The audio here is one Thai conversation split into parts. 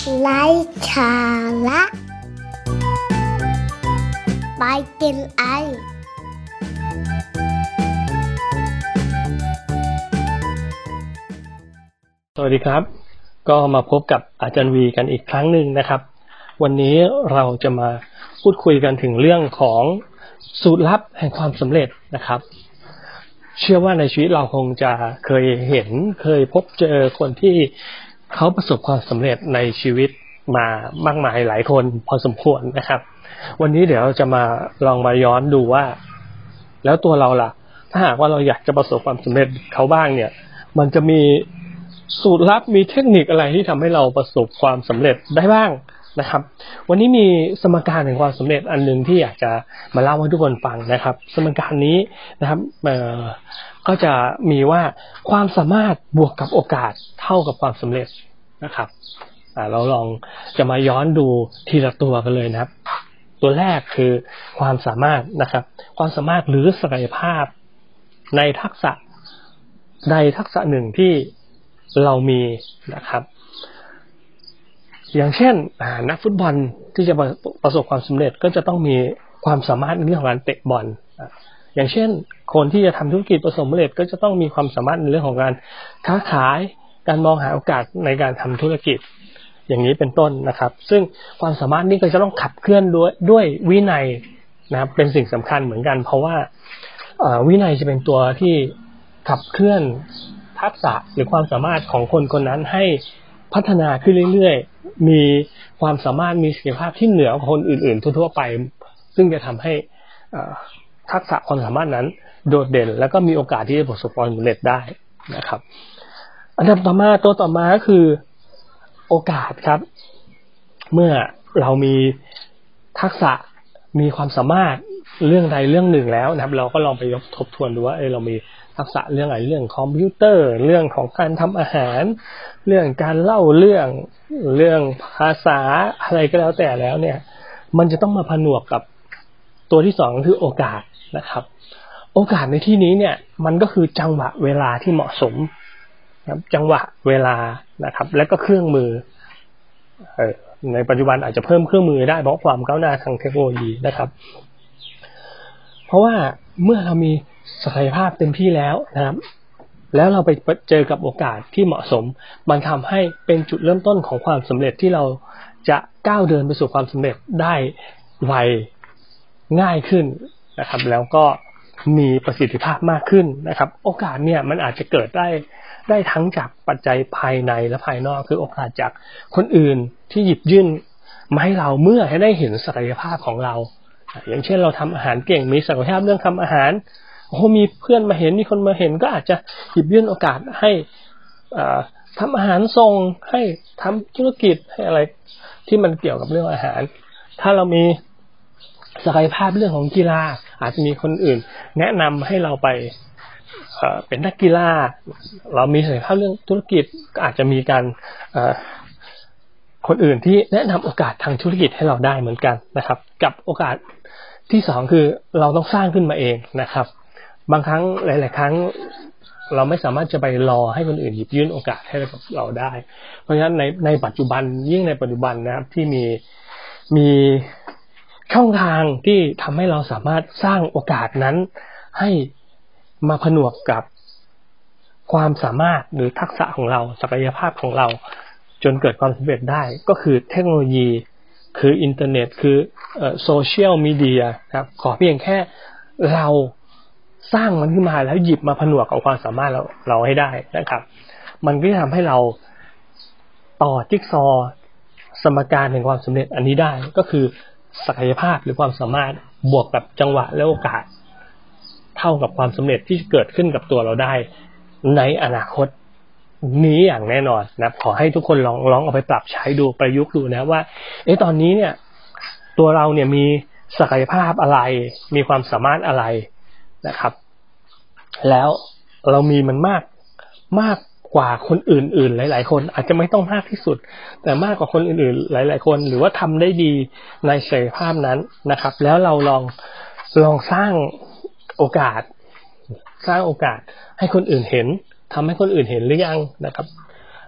ไร้สาระไปกินไอสวัสดีครับก็มาพบกับอาจารย์วีกันอีกครั้งหนึ่งนะครับวันนี้เราจะมาพูดคุยกันถึงเรื่องของสูตรลับแห่งความสำเร็จนะครับเชื่อว่าในชีวิตเราคงจะเคยเห็นเคยพบเจอคนที่เขาประสบความสำเร็จในชีวิตมามากมายหลายคนพอสมควรนะครับวันนี้เดี๋ยวเราจะมาลองมาย้อนดูว่าแล้วตัวเราล่ะถ้าหากว่าเราอยากจะประสบความสำเร็จเขาบ้างเนี่ยมันจะมีสูตรลับมีเทคนิคอะไรที่ทำให้เราประสบความสำเร็จได้บ้างนะครับวันนี้มีสมการแห่งความสำเร็จอันนึงที่อยากจะมาเล่าให้ทุกคนฟังนะครับสมการนี้นะครับก็จะมีว่าความสามารถบวกกับโอกาสเท่ากับความสำเร็จนะครับเราลองจะมาย้อนดูทีละตัวกันเลยนะครับตัวแรกคือความสามารถนะครับความสามารถหรือศักยภาพในทักษะใดทักษะหนึ่งที่เรามีนะครับอย่างเช่นนักฟุตบอลที่จะประสบความสำเร็จก็จะต้องมีความสามารถในเรื่องของการเตะบอลอย่างเช่นคนที่จะทำธุรกิจประสบความสำเร็จก็จะต้องมีความสามารถในเรื่องของการค้าขายการมองหาโอกาสในการทำธุรกิจอย่างนี้เป็นต้นนะครับซึ่งความสามารถนี้ก็จะต้องขับเคลื่อนด้วยวินัยนะครับเป็นสิ่งสำคัญเหมือนกันเพราะว่าวินัยจะเป็นตัวที่ขับเคลื่อนทักษะหรือความสามารถของคนคนนั้นให้พัฒนาขึ้นเรื่อยๆมีความสามารถมีศักยภาพที่เหนือกว่าคนอื่นๆทั่วๆไปซึ่งจะทำให้ทักษะความสามารถนั้นโดดเด่นแล้วก็มีโอกาสที่จะประสบความสำเร็จได้นะครับอันดับต่อมาตัวต่อมาก็คือโอกาสครับเมื่อเรามีทักษะมีความสามารถเรื่องใดเรื่องหนึ่งแล้วนะครับเราก็ลองไปทบทวนดูว่าเรามีทักษะเรื่องอะไรเรื่องคอมพิวเตอร์เรื่องของการทำอาหารเรื่องการเล่าเรื่องภาษาอะไรก็แล้วแต่แล้วเนี่ยมันจะต้องมาผนวกกับตัวที่สองคือโอกาสนะครับโอกาสในที่นี้เนี่ยมันก็คือจังหวะเวลาที่เหมาะสมนะครับจังหวะเวลานะครับและก็เครื่องมือในปัจจุบันอาจจะเพิ่มเครื่องมือได้เพราะความก้าวหน้าทางเทคโนโลยีนะครับเพราะว่าเมื่อเรามีศักยภาพเต็มที่แล้วนะครับแล้วเราไปเจอกับโอกาสที่เหมาะสมมันทำให้เป็นจุดเริ่มต้นของความสำเร็จที่เราจะก้าวเดินไปสู่ความสำเร็จได้ไวง่ายขึ้นนะครับแล้วก็มีประสิทธิภาพมากขึ้นนะครับโอกาสเนี่ยมันอาจจะเกิดได้ทั้งจากปัจจัยภายในและภายนอกคือโอกาสจากคนอื่นที่หยิบยื่นมาให้เราเมื่อให้ได้เห็นศักยภาพของเราอย่างเช่นเราทำอาหารเก่งมีศักยภาพเรื่องทำอาหารมีเพื่อนมาเห็นมีคนมาเห็นก็อาจจะหยิบยื่นโอกาสให้ทำอาหารส่งให้ทำธุรกิจให้อะไรที่มันเกี่ยวกับเรื่องอาหารถ้าเรามีศักยภาพเรื่องของกีฬาอาจจะมีคนอื่นแนะนำให้เราไปเป็นนักกีฬาเรามีศักยภาพเรื่องธุรกิจก็อาจจะมีการคนอื่นที่แนะนำโอกาสทางธุรกิจให้เราได้เหมือนกันนะครับกับโอกาสที่สองคือเราต้องสร้างขึ้นมาเองนะครับบางครั้งหลายๆครั้งเราไม่สามารถจะไปรอให้คนอื่นหยิบยื่นโอกาสให้กับเราได้เพราะฉะนั้นในปัจจุบันยิ่งในปัจจุบันนะครับที่มีช่องทางที่ทำให้เราสามารถสร้างโอกาสนั้นให้มาผนวกกับความสามารถหรือทักษะของเราศักยภาพของเราจนเกิดความสำเร็จได้ก็คือเทคโนโลยีคืออินเทอร์เน็ตคือโซเชียลมีเดียครับขอเพียงแค่เราสร้างมันขึ้นมาแล้วหยิบมาผนวกกับความสามารถเราให้ได้นะครับมันก็จะทำให้เราต่อจิ๊กซอว์สมการแห่งความสำเร็จอันนี้ได้ก็คือศักยภาพหรือความสามารถบวกกับจังหวะและโอกาสเท่ากับความสำเร็จที่เกิดขึ้นกับตัวเราได้ในอนาคตนี้อย่างแน่นอนนะขอให้ทุกคนลองเอาไปปรับใช้ดูประยุกต์ดูนะว่าตอนนี้เนี่ยตัวเราเนี่ยมีศักยภาพอะไรมีความสามารถอะไรนะครับแล้วเรามีมันมากกว่าคนอื่นๆหลายๆคนอาจจะไม่ต้องมากที่สุดแต่มากกว่าคนอื่นๆหลายๆคนหรือว่าทำได้ดีในศักยภาพนั้นนะครับแล้วเราลองสร้างโอกาสให้คนอื่นเห็นทำให้คนอื่นเห็นหรือยังนะครับ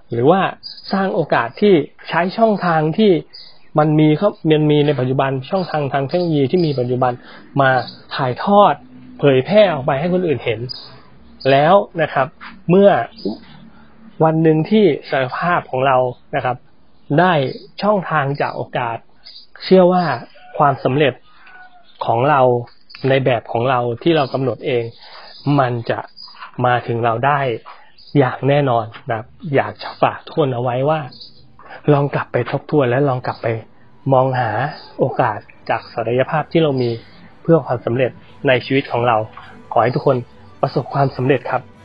หรือว่าสร้างโอกาสที่ใช้ช่องทางที่มันมีในปัจจุบันช่องทางทางเทคโนโลยีที่มีปัจจุบันมาถ่ายทอดเผยแพร่ออกไปให้คนอื่นเห็นแล้วนะครับเมื่อวันหนึ่งที่ศักยภาพของเรานะครับได้ช่องทางจากโอกาสเชื่อว่าความสำเร็จของเราในแบบของเราที่เรากำหนดเองมันจะมาถึงเราได้อย่างแน่นอนนะครับอยากจะฝากทุกคนเอาไว้ว่าลองกลับไปทบทวนและลองกลับไปมองหาโอกาสจากศักยภาพที่เรามีเพื่อความสำเร็จในชีวิตของเราขอให้ทุกคนประสบความสำเร็จครับ